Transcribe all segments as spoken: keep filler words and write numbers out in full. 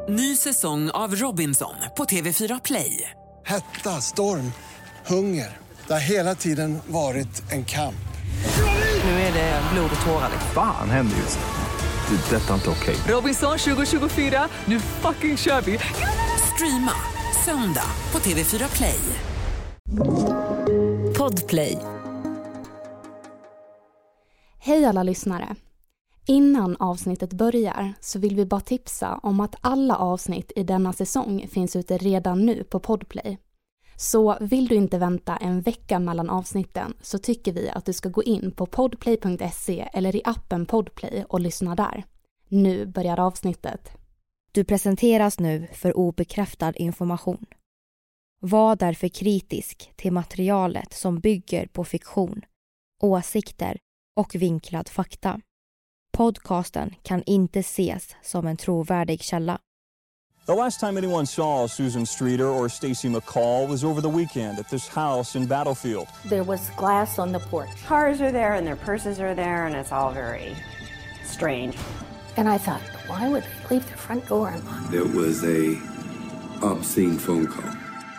Ny säsong av Robinson på T V fyra Play. Hetta, storm, hunger. Det har hela tiden varit en kamp. Nu är det blod och tårar. Fan händer just nu. Det. Detta är inte okej. Robinson tjugo tjugofyra, nu fucking kör vi. Streama söndag på T V fyra Play. Podplay. Hej alla lyssnare. Innan avsnittet börjar så vill vi bara tipsa om att alla avsnitt i denna säsong finns ute redan nu på Podplay. Så vill du inte vänta en vecka mellan avsnitten så tycker vi att du ska gå in på podplay punkt se eller i appen Podplay och lyssna där. Nu börjar avsnittet. Du presenteras nu för obekräftad information. Var därför kritisk till materialet som bygger på fiktion, åsikter och vinklad fakta. Podcasten kan inte ses som en trovärdig källa. The last time anyone saw Susan Streeter or Stacey McCall was over the weekend at this house in Battlefield. There was glass on the porch. Cars are there and their purses are there and it's all very strange. And I thought, why would they leave their front door unlocked? There was a obscene phone call.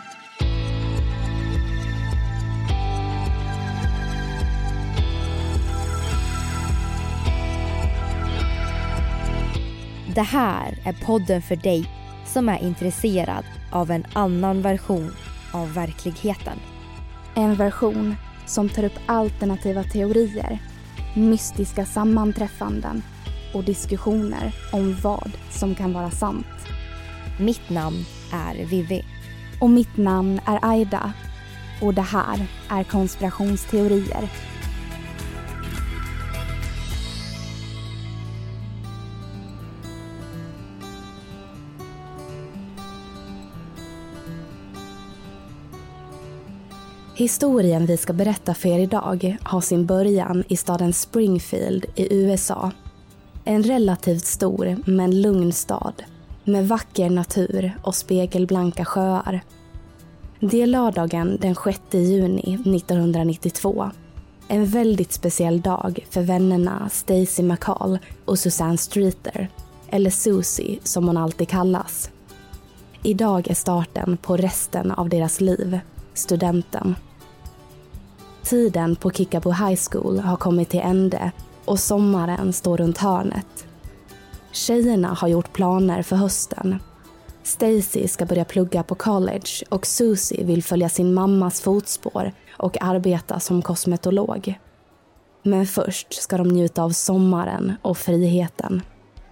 Det här är podden för dig som är intresserad av en annan version av verkligheten. En version som tar upp alternativa teorier, mystiska sammanträffanden och diskussioner om vad som kan vara sant. Mitt namn är Vivi. Och mitt namn är Aida. Och det här är konspirationsteorier. Historien vi ska berätta för er idag har sin början i staden Springfield i U S A. En relativt stor men lugn stad med vacker natur och spegelblanka sjöar. Det är lördagen den sjätte juni nittonhundranittiotvå. En väldigt speciell dag för vännerna Stacey McCall och Susan Streeter, eller Susie som hon alltid kallas. Idag är starten på resten av deras liv, studenten. Tiden på Kickapoo High School har kommit till ände och sommaren står runt hörnet. Tjejerna har gjort planer för hösten. Stacey ska börja plugga på college och Susie vill följa sin mammas fotspår och arbeta som kosmetolog. Men först ska de njuta av sommaren och friheten.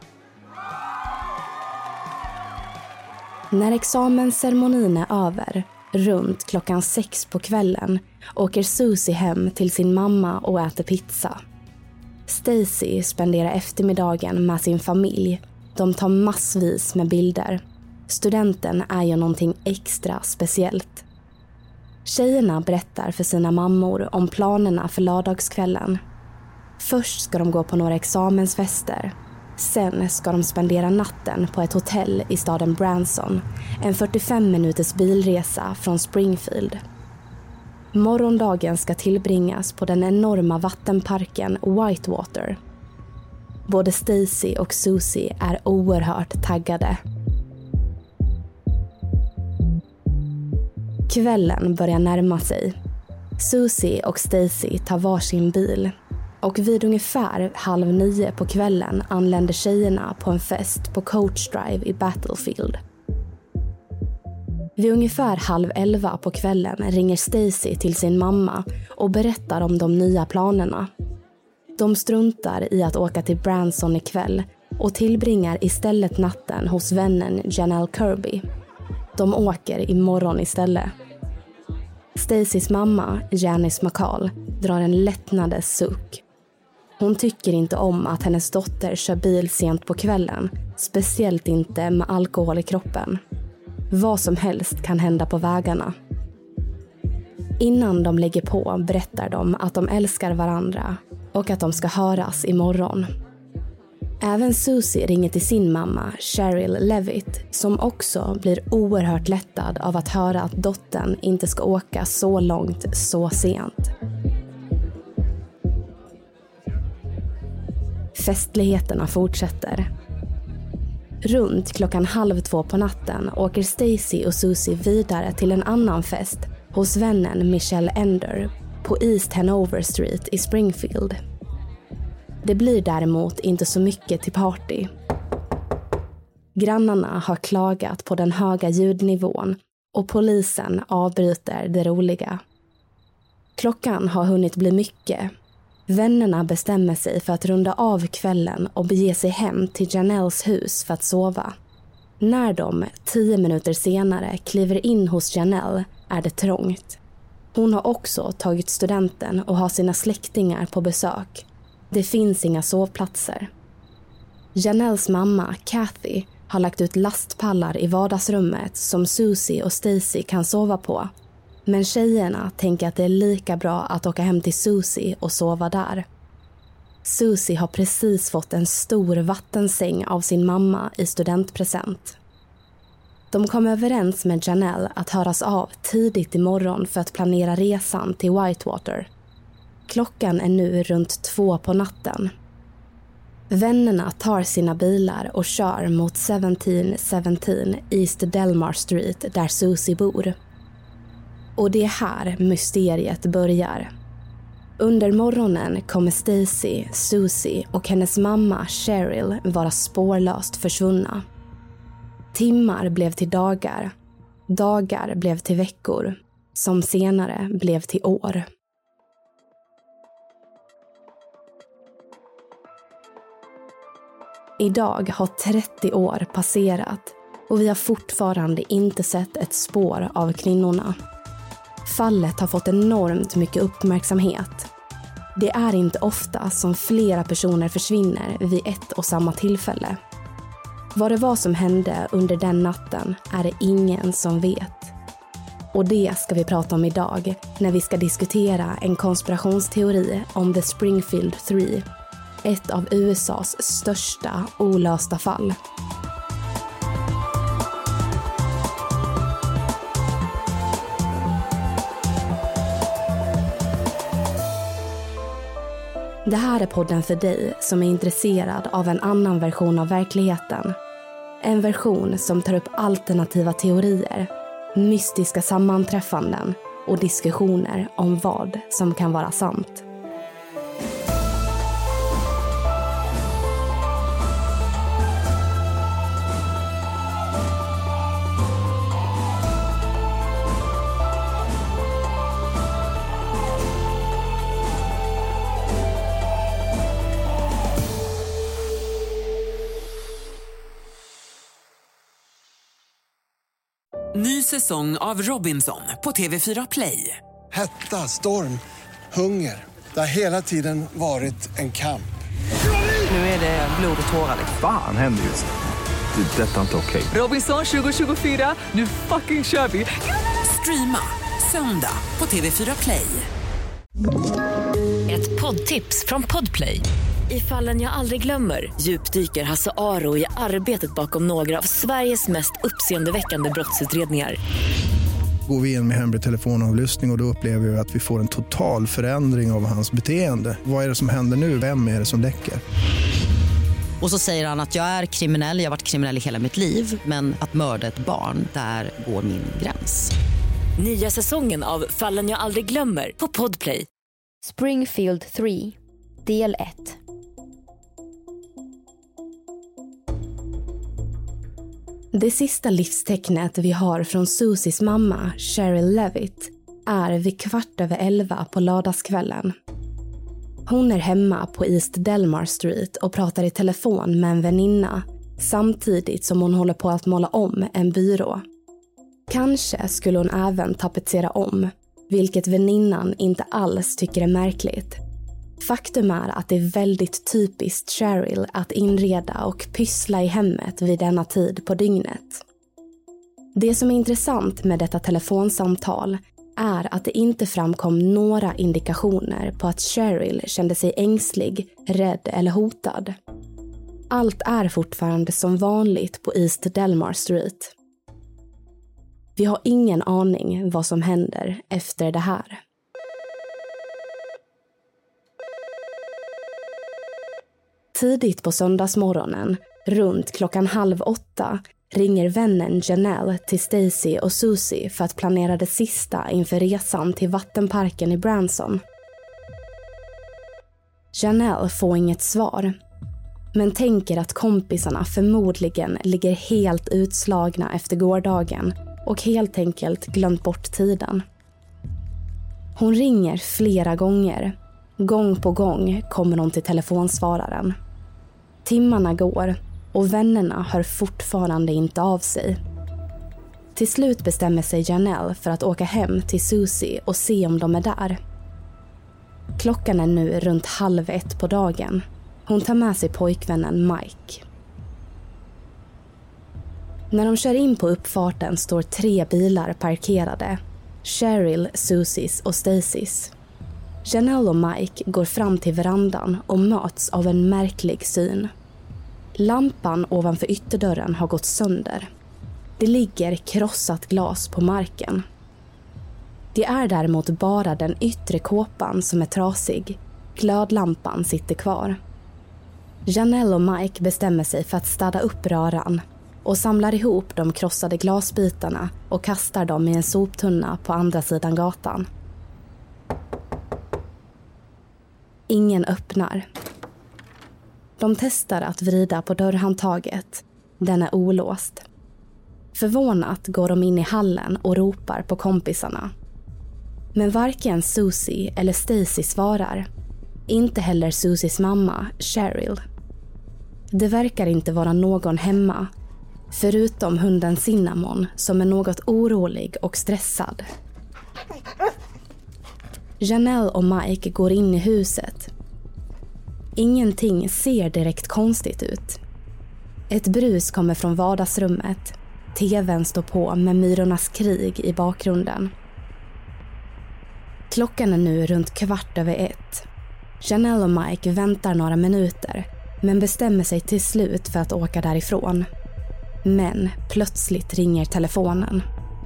När examensceremonin är över, runt klockan sex på kvällen, åker Susie hem till sin mamma och äter pizza. Stacey spenderar eftermiddagen med sin familj. De tar massvis med bilder. Studenten är ju någonting extra speciellt. Tjejerna berättar för sina mammor om planerna för lördagskvällen. Först ska de gå på några examensfester. Sen ska de spendera natten på ett hotell i staden Branson, en fyrtiofem minuters bilresa från Springfield. Morgondagen ska tillbringas på den enorma vattenparken Whitewater. Både Stacey och Susie är oerhört taggade. Kvällen börjar närma sig. Susie och Stacey tar varsin bil. Och vid ungefär halv nio på kvällen anländer tjejerna på en fest på Coach Drive i Battlefield. Vid ungefär halv elva på kvällen ringer Stacey till sin mamma och berättar om de nya planerna. De struntar i att åka till Branson ikväll och tillbringar istället natten hos vännen Janelle Kirby. De åker imorgon istället. Staceys mamma, Janice McCall, drar en lättnadens suck. Hon tycker inte om att hennes dotter kör bil sent på kvällen, speciellt inte med alkohol i kroppen. Vad som helst kan hända på vägarna. Innan de lägger på berättar de att de älskar varandra och att de ska höras imorgon. Även Susie ringer till sin mamma, Cheryl Levitt, som också blir oerhört lättad av att höra att dottern inte ska åka så långt så sent. Festligheterna fortsätter. Runt klockan halv två på natten åker Stacy och Susie vidare till en annan fest hos vännen Michelle Ender på East Hanover Street i Springfield. Det blir däremot inte så mycket till party. Grannarna har klagat på den höga ljudnivån och polisen avbryter det roliga. Klockan har hunnit bli mycket. Vännerna bestämmer sig för att runda av kvällen och bege sig hem till Janelles hus för att sova. När de, tio minuter senare, kliver in hos Janelle är det trångt. Hon har också tagit studenten och har sina släktingar på besök. Det finns inga sovplatser. Janelles mamma, Kathy, har lagt ut lastpallar i vardagsrummet som Susie och Stacy kan sova på. Men tjejerna tänker att det är lika bra att åka hem till Susie och sova där. Susie har precis fått en stor vattensäng av sin mamma i studentpresent. De kom överens med Janelle att höras av tidigt i morgon för att planera resan till Whitewater. Klockan är nu runt två på natten. Vännerna tar sina bilar och kör mot sjutton sjutton East Delmar Street där Susie bor. Och det är här mysteriet börjar. Under morgonen kommer Stacy, Susie och hennes mamma Cheryl vara spårlöst försvunna. Timmar blev till dagar. Dagar blev till veckor. Som senare blev till år. Idag har trettio år passerat och vi har fortfarande inte sett ett spår av kvinnorna. Fallet har fått enormt mycket uppmärksamhet. Det är inte ofta som flera personer försvinner vid ett och samma tillfälle. Vad det var som hände under den natten är det ingen som vet. Och det ska vi prata om idag när vi ska diskutera en konspirationsteori om The Springfield tre, ett av U S A:s största olösta fall. Det här är podden för dig som är intresserad av en annan version av verkligheten. En version som tar upp alternativa teorier, mystiska sammanträffanden och diskussioner om vad som kan vara sant. Ny säsong av Robinson på T V fyra Play. Hetta, storm, hunger. Det har hela tiden varit en kamp. Nu är det blod och tårar. Fan händer just det. Det är detta inte okej. Robinson tjugo tjugofyra, nu fucking kör vi. Streama söndag på T V fyra Play. Ett poddtips från Podplay. I Fallen jag aldrig glömmer djupdyker Hasse Aro i arbetet bakom några av Sveriges mest uppseendeväckande brottsutredningar. Går vi in med hemlig telefonavlyssning och, och då upplever vi att vi får en total förändring av hans beteende. Vad är det som händer nu? Vem är det som läcker? Och så säger han att jag är kriminell, jag har varit kriminell i hela mitt liv. Men att mörda ett barn, där går min gräns. Nya säsongen av Fallen jag aldrig glömmer på Podplay. Springfield tre, del ett. Det sista livstecknet vi har från Susies mamma, Cheryl Levitt, är vid kvart över elva på lördagskvällen. Hon är hemma på East Delmar Street och pratar i telefon med en väninna samtidigt som hon håller på att måla om en byrå. Kanske skulle hon även tapetsera om, vilket väninnan inte alls tycker är märkligt. Faktum är att det är väldigt typiskt Cheryl att inreda och pyssla i hemmet vid denna tid på dygnet. Det som är intressant med detta telefonsamtal är att det inte framkom några indikationer på att Cheryl kände sig ängslig, rädd eller hotad. Allt är fortfarande som vanligt på East Delmar Street. Vi har ingen aning vad som händer efter det här. Tidigt på söndagsmorgonen Runt klockan halv åtta ringer vännen Janelle till Stacy och Susie för att planera det sista inför resan till vattenparken i Branson. Janelle får inget svar, men tänker att kompisarna förmodligen ligger helt utslagna efter gårdagen och helt enkelt glömt bort tiden. Hon ringer flera gånger. Gång på gång kommer hon till telefonsvararen. Timmarna går och vännerna hör fortfarande inte av sig. Till slut bestämmer sig Janelle för att åka hem till Susie och se om de är där. Klockan är nu runt halv ett på dagen. Hon tar med sig pojkvännen Mike. När de kör in på uppfarten står tre bilar parkerade. Cheryl, Susies och Stacys. Janelle och Mike går fram till verandan och möts av en märklig syn. Lampan ovanför ytterdörren har gått sönder. Det ligger krossat glas på marken. Det är däremot bara den yttre kåpan som är trasig. Glödlampan sitter kvar. Janelle och Mike bestämmer sig för att städa upp röran och samlar ihop de krossade glasbitarna och kastar dem i en soptunna på andra sidan gatan. Ingen öppnar. De testar att vrida på dörrhandtaget. Den är olåst. Förvånat går de in i hallen och ropar på kompisarna. Men varken Susie eller Stacy svarar. Inte heller Susies mamma, Cheryl. Det verkar inte vara någon hemma, förutom hunden Cinnamon som är något orolig och stressad. Janelle och Mike går in i huset. Ingenting ser direkt konstigt ut. Ett brus kommer från vardagsrummet. T V:n står på med Myrornas krig i bakgrunden. Klockan är nu runt kvart över ett. Janelle och Mike väntar några minuter men bestämmer sig till slut för att åka därifrån. Men plötsligt ringer telefonen.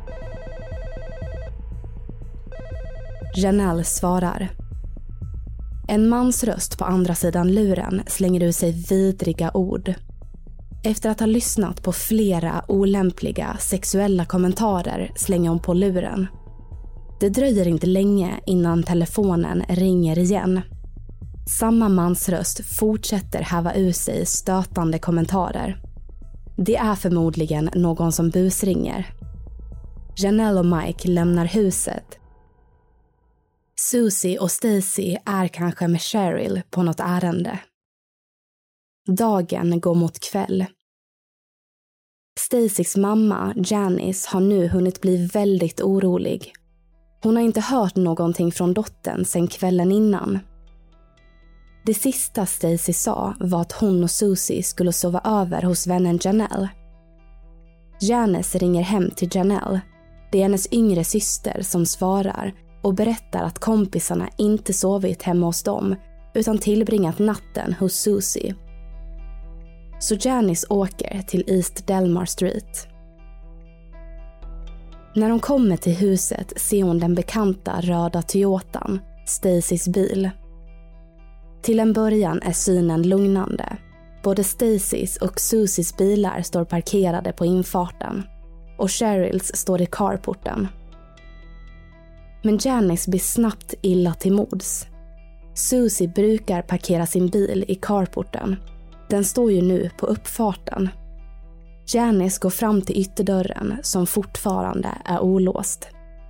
Janelle svarar. En mans röst på andra sidan luren slänger ut sig vidriga ord. Efter att ha lyssnat på flera olämpliga sexuella kommentarer slänger hon på luren. Det dröjer inte länge innan telefonen ringer igen. Samma mans röst fortsätter häva ur sig stötande kommentarer. Det är förmodligen någon som busringer. Janelle och Mike lämnar huset. Susie och Stacy är kanske med Cheryl på något ärende. Dagen går mot kväll. Stacys mamma, Janice, har nu hunnit bli väldigt orolig. Hon har inte hört någonting från dottern sedan kvällen innan. Det sista Stacy sa var att hon och Susie skulle sova över hos vännen Janelle. Janice ringer hem till Janelle. Det är hennes yngre syster som svarar och berättar att kompisarna inte sovit hemma hos dem utan tillbringat natten hos Susie. Så Janice åker till East Delmar Street. När hon kommer till huset ser hon den bekanta röda Toyotan, Stacys bil. Till en början är synen lugnande. Både Stacys och Susies bilar står parkerade på infarten och Cheryls står i carporten. Men Janice blir snabbt illa till mods. Susie brukar parkera sin bil i carporten. Den står ju nu på uppfarten. Janice går fram till ytterdörren som fortfarande är olåst.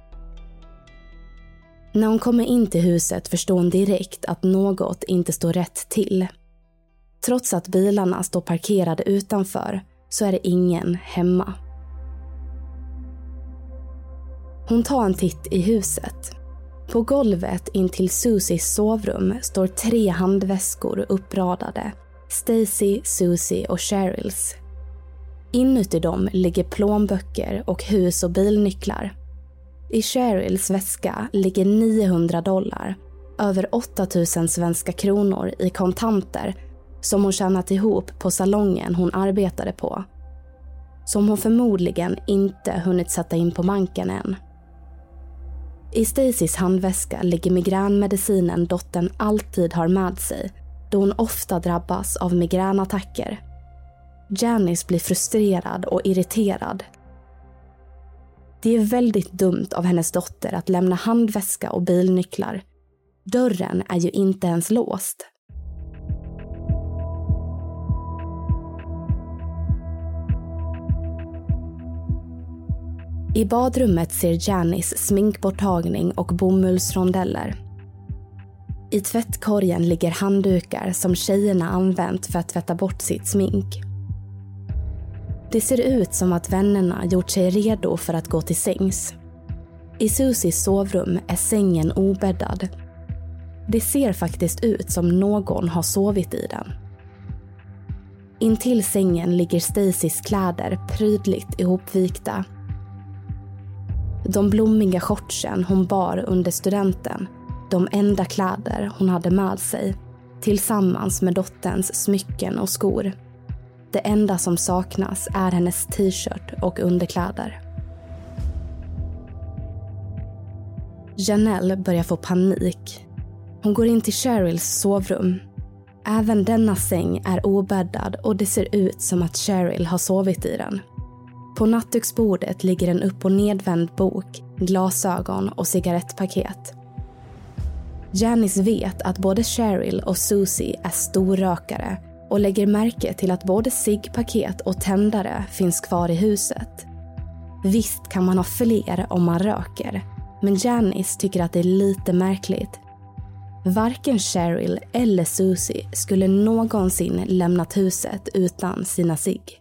När hon kommer in till huset förstår hon direkt att något inte står rätt till. Trots att bilarna står parkerade utanför så är det ingen hemma. Hon tar en titt i huset. På golvet intill Susies sovrum står tre handväskor uppradade. Stacy, Susie och Cheryls. Inuti dem ligger plånböcker och hus- och bilnycklar. I Cheryls väska ligger niohundra dollar, över åtta tusen svenska kronor i kontanter som hon tjänat ihop på salongen hon arbetade på. Som hon förmodligen inte hunnit sätta in på banken än. I Stacys handväska ligger migränmedicinen dottern alltid har med sig då hon ofta drabbas av migränattacker. Janice blir frustrerad och irriterad. Det är väldigt dumt av hennes dotter att lämna handväska och bilnycklar. Dörren är ju inte ens låst. I badrummet ser Janice sminkborttagning och bomullsrondeller. I tvättkorgen ligger handdukar som tjejerna använt för att tvätta bort sitt smink. Det ser ut som att vännerna gjort sig redo för att gå till sängs. I Susies sovrum är sängen obäddad. Det ser faktiskt ut som någon har sovit i den. Intill sängen ligger Stacys kläder prydligt ihopvikta. De blommiga shortsen hon bar under studenten, de enda kläder hon hade med sig, tillsammans med dotterns smycken och skor. Det enda som saknas är hennes t-shirt och underkläder. Janelle börjar få panik. Hon går in till Cheryls sovrum. Även denna säng är obäddad och det ser ut som att Cheryl har sovit i den. På nattduksbordet ligger en upp- och nedvänd bok, glasögon och cigarettpaket. Janice vet att både Cheryl och Susie är storrökare och lägger märke till att både ciggpaket och tändare finns kvar i huset. Visst kan man ha fler om man röker, men Janice tycker att det är lite märkligt. Varken Cheryl eller Susie skulle någonsin lämnat huset utan sina cigg.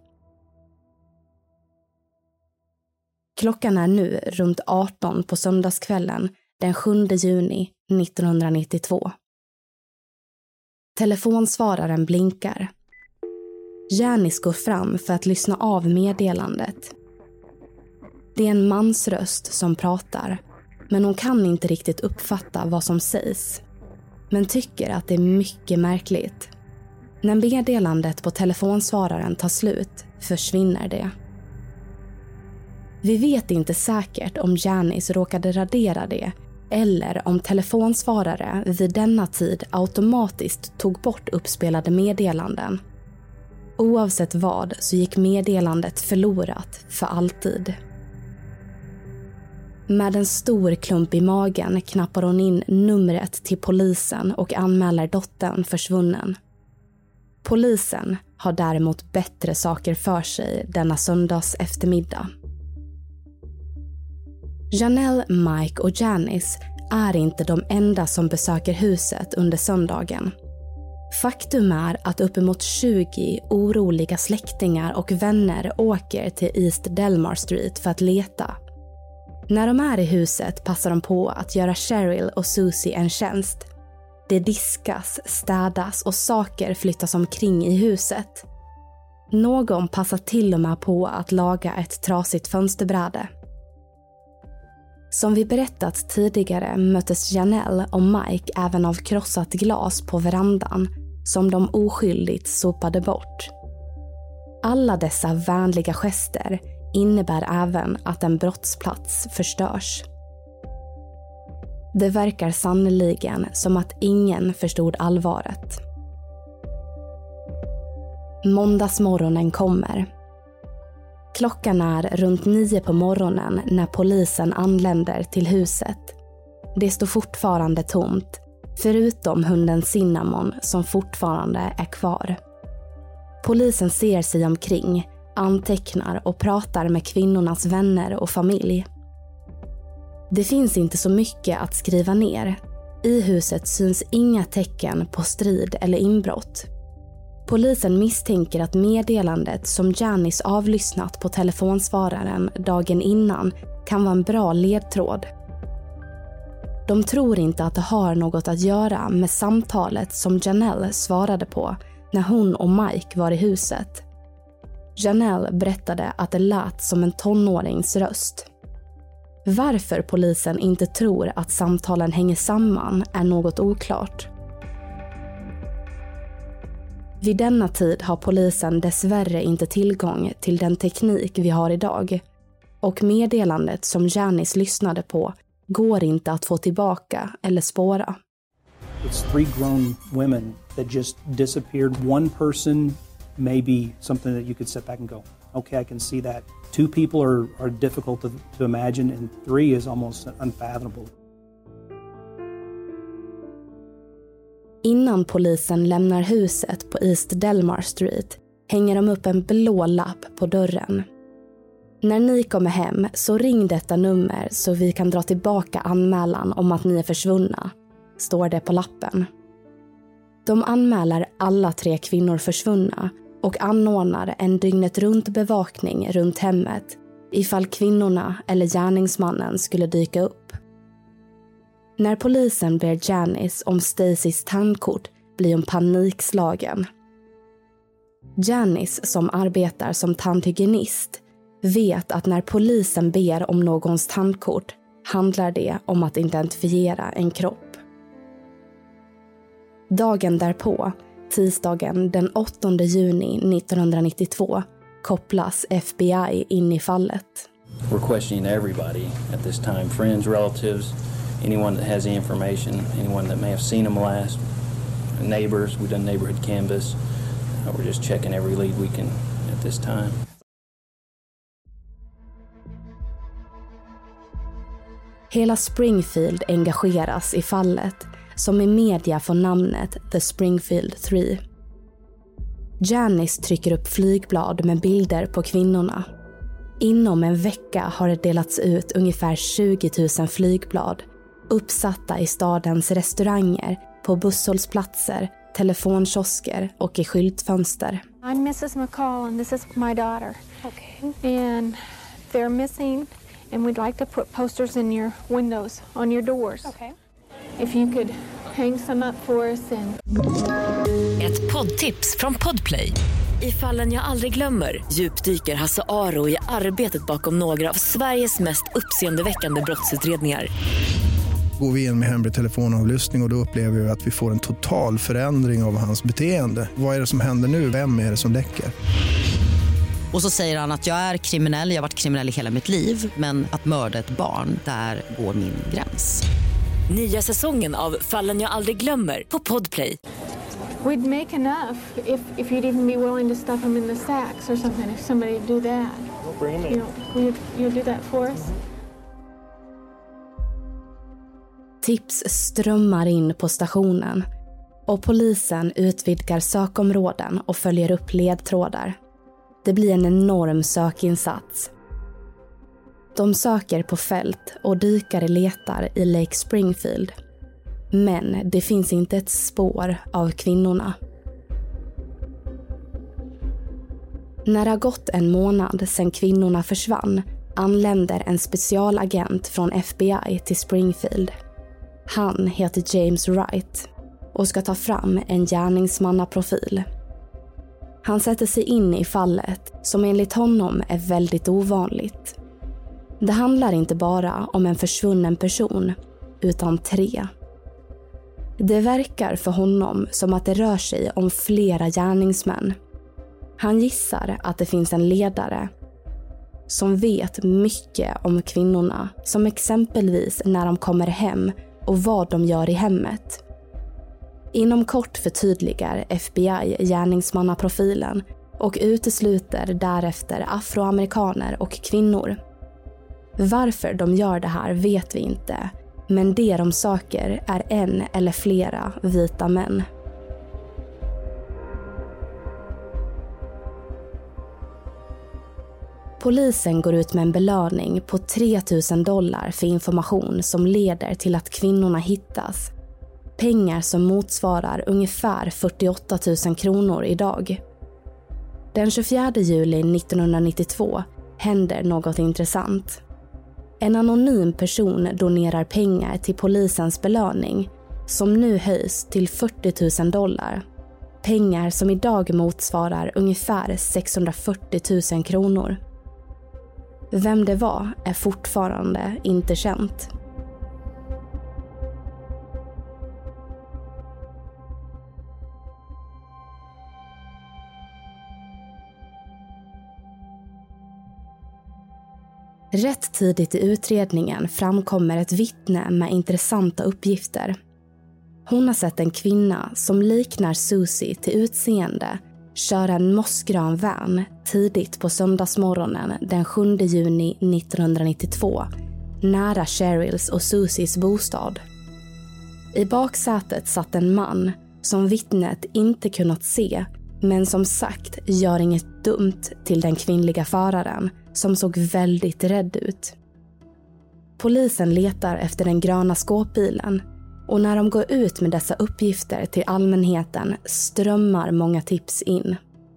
Klockan är nu runt arton på söndagskvällen den sjunde juni nittonhundranittiotvå. Telefonsvararen blinkar. Janice går fram för att lyssna av meddelandet. Det är en mans röst som pratar, men hon kan inte riktigt uppfatta vad som sägs. Men tycker att det är mycket märkligt. När meddelandet på telefonsvararen tar slut försvinner det. Vi vet inte säkert om Janice råkade radera det eller om telefonsvarare vid denna tid automatiskt tog bort uppspelade meddelanden. Oavsett vad så gick meddelandet förlorat för alltid. Med en stor klump i magen knappar hon in numret till polisen och anmäler dottern försvunnen. Polisen har däremot bättre saker för sig denna söndags eftermiddag. Janelle, Mike och Janice är inte de enda som besöker huset under söndagen. Faktum är att uppemot tjugo oroliga släktingar och vänner åker till East Delmar Street för att leta. När de är i huset passar de på att göra Cheryl och Susie en tjänst. Det diskas, städas och saker flyttas omkring i huset. Någon passar till och med på att laga ett trasigt fönsterbräde. Som vi berättat tidigare möttes Janelle och Mike även av krossat glas på verandan som de oskyldigt sopade bort. Alla dessa vänliga gester innebär även att en brottsplats förstörs. Det verkar sannoliken som att ingen förstod allvaret. Måndagsmorgonen kommer. Klockan är runt nio på morgonen när polisen anländer till huset. Det står fortfarande tomt, förutom hunden Cinnamon som fortfarande är kvar. Polisen ser sig omkring, antecknar och pratar med kvinnornas vänner och familj. Det finns inte så mycket att skriva ner. I huset syns inga tecken på strid eller inbrott. Polisen misstänker att meddelandet som Janice avlyssnat på telefonsvararen dagen innan kan vara en bra ledtråd. De tror inte att det har något att göra med samtalet som Janelle svarade på när hon och Mike var i huset. Janelle berättade att det lät som en tonårings röst. Varför polisen inte tror att samtalen hänger samman är något oklart. Vid denna tid har polisen dessvärre inte tillgång till den teknik vi har idag. Och meddelandet som Janice lyssnade på går inte att få tillbaka eller spåra. It's three grown women that just disappeared. One person may be something that you could sit back and go, okay, I can see that. Two people are, are difficult to, to imagine, and three is almost unfathomable. Innan polisen lämnar huset på East Delmar Street hänger de upp en blå lapp på dörren. När ni kommer hem så ring detta nummer så vi kan dra tillbaka anmälan om att ni är försvunna, står det på lappen. De anmäler alla tre kvinnor försvunna och anordnar en dygnet runt bevakning runt hemmet ifall kvinnorna eller gärningsmannen skulle dyka upp. När polisen ber Janice om Stacys tandkort blir hon panikslagen. Janice, som arbetar som tandhygienist, vet att när polisen ber om någons tandkort handlar det om att identifiera en kropp. Dagen därpå, tisdagen den åttonde juni nittonhundranittiotvå, kopplas F B I in i fallet. We're questioning everybody at this time, friends, relatives, anyone that has the information, anyone that may have seen them last, neighbors. We've done neighborhood canvas. Uh, we're just checking every lead we can at this time. Hela Springfield engageras i fallet, som i media får namnet The Springfield Three. Janice trycker upp flygblad med bilder på kvinnorna. Inom en vecka har det delats ut ungefär tjugo tusen flygblad, uppsatta i stadens restauranger, på busshållsplatser, telefonkiosker och i skyltfönster. I'm Missus McCall and this is my daughter. Okay. And they're missing and we'd like to put posters in your windows, on your doors. Okay. If you could hang some up for us and... Ett poddtips från Podplay. I Fallen jag aldrig glömmer djupdyker Hasse Aro i arbetet bakom några av Sveriges mest uppseendeväckande brottsutredningar. Går vi in med hemlig telefonavlyssning och, och då upplever vi att vi får en total förändring av hans beteende. Vad är det som händer nu? Vem är det som läcker? Och så säger han att jag är kriminell, jag har varit kriminell i hela mitt liv. Men att mörda ett barn, där går min gräns. Nya säsongen av Fallen jag aldrig glömmer på Podplay. We'd make enough if, if you'd even be willing to stuff them in the sacks or something, if somebody would do that. We'll bring them in. You know, will you do that for us? Tips strömmar in på stationen och polisen utvidgar sökområden och följer upp ledtrådar. Det blir en enorm sökinsats. De söker på fält och dykare letar i Lake Springfield. Men det finns inte ett spår av kvinnorna. När det har gått en månad sedan kvinnorna försvann anländer en specialagent från F B I till Springfield. Han heter James Wright och ska ta fram en gärningsmannaprofil. Han sätter sig in i fallet som enligt honom är väldigt ovanligt. Det handlar inte bara om en försvunnen person utan tre. Det verkar för honom som att det rör sig om flera gärningsmän. Han gissar att det finns en ledare som vet mycket om kvinnorna, som exempelvis när de kommer hem och vad de gör i hemmet. Inom kort förtydligar F B I gärningsmannaprofilen och utesluter därefter afroamerikaner och kvinnor. Varför de gör det här vet vi inte, men det de söker är en eller flera vita män. Polisen går ut med en belöning på tre tusen dollar för information som leder till att kvinnorna hittas. Pengar som motsvarar ungefär fyrtioåtta tusen kronor idag. Den tjugofjärde juli nittonhundranittiotvå händer något intressant. En anonym person donerar pengar till polisens belöning som nu höjs till fyrtio tusen dollar. Pengar som idag motsvarar ungefär sexhundrafyrtio tusen kronor. Vem det var är fortfarande inte känt. Rätt tidigt i utredningen framkommer ett vittne med intressanta uppgifter. Hon har sett en kvinna som liknar Susie till utseende köra en mossgrön van tidigt på söndagsmorgonen den sjunde juni nittonhundranittiotvå nära Cheryls och Susies bostad. I baksätet satt en man som vittnet inte kunnat se, men som sagt gör inget dumt till den kvinnliga föraren som såg väldigt rädd ut. Polisen letar efter den gröna skåpbilen och när de går ut med dessa uppgifter till allmänheten strömmar många tips in.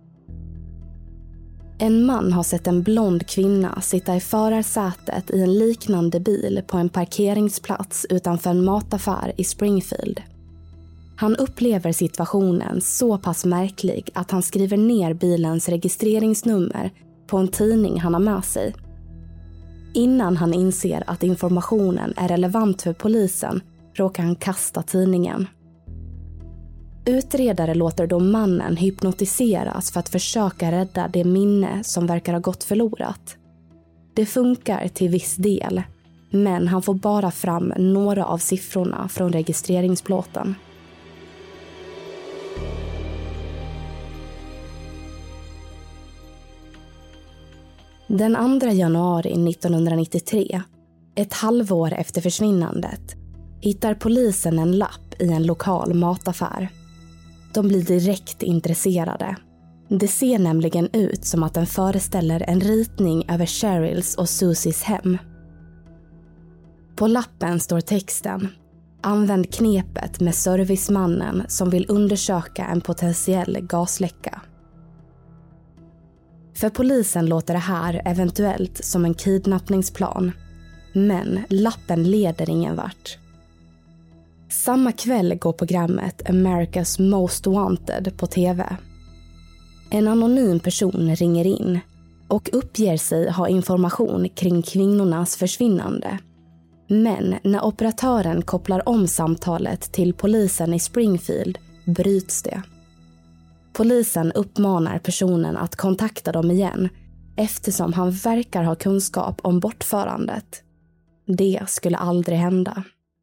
En man har sett en blond kvinna sitta i förarsätet i en liknande bil på en parkeringsplats utanför en mataffär i Springfield. Han upplever situationen så pass märklig att han skriver ner bilens registreringsnummer på en tidning han har med sig. Innan han inser att informationen är relevant för polisen råkar han kasta tidningen. Utredare låter då mannen hypnotiseras för att försöka rädda det minne som verkar ha gått förlorat. Det funkar till viss del, men han får bara fram några av siffrorna från registreringsplåten. Den andra januari nittonhundranittiotre, ett halvår efter försvinnandet, hittar polisen en lapp i en lokal mataffär. De blir direkt intresserade. Det ser nämligen ut som att den föreställer en ritning över Cheryls och Susies hem. På lappen står texten: använd knepet med servicemannen som vill undersöka en potentiell gasläcka. För polisen låter det här eventuellt som en kidnappningsplan, men lappen leder ingen vart. Samma kväll går programmet America's Most Wanted på tv. En anonym person ringer in och uppger sig ha information kring kvinnornas försvinnande. Men när operatören kopplar om samtalet till polisen i Springfield bryts det. Polisen uppmanar personen att kontakta dem igen eftersom han verkar ha kunskap om bortförandet. Det skulle aldrig hända.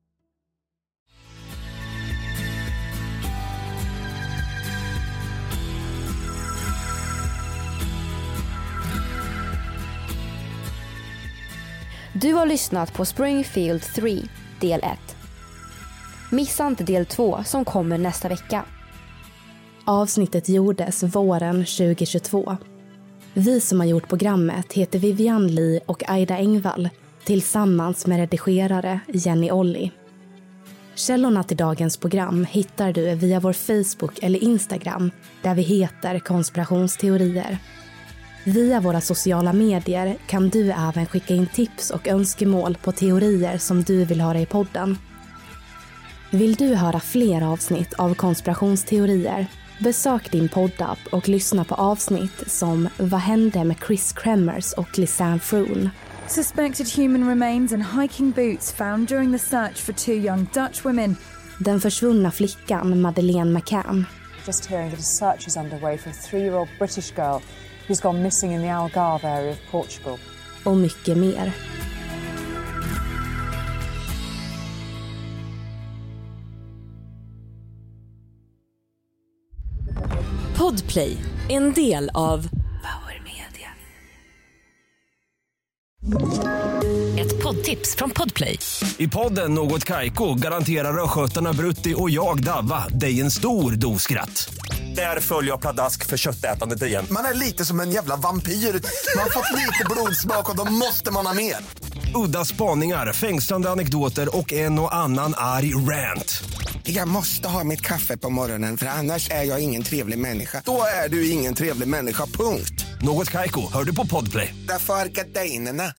Du har lyssnat på Springfield tre, del ett. Missa inte del två som kommer nästa vecka. Avsnittet gjordes våren tjugohundratjugotvå. Vi som har gjort programmet heter Vivian Lee och Aida Engvall tillsammans med redigerare Jenny Olli. Källorna till dagens program hittar du via vår Facebook eller Instagram där vi heter Konspirationsteorier. Via våra sociala medier kan du även skicka in tips och önskemål på teorier som du vill höra i podden. Vill du höra fler avsnitt av konspirationsteorier? Besök din poddapp och lyssna på avsnitt som Vad hände med Chris Kremers och Lisanne Froon? Suspected human remains and hiking boots found during the search for two young Dutch women. Den försvunna flickan Madeleine McCann. Just hearing that a search is underway for a three-year-old British girl who's gone missing in the Algarve area of Portugal. Och mycket mer. Podplay, en del av Power Media. Ett poddtips från Podplay. I podden Något Kaiko garanterar röskötarna Brutti och jag Davva dig en stor doskratt. Där följer jag pladask för köttätandet igen. Man är lite som en jävla vampyr. Man har fått lite blodsmak och då måste man ha mer. Udda spaningar, fängslande anekdoter och en och annan arg rant. Jag måste ha mitt kaffe på morgonen för annars är jag ingen trevlig människa. Då är du ingen trevlig människa, punkt. Något Kaiko, hör du på Podplay. Därför är gardinerna.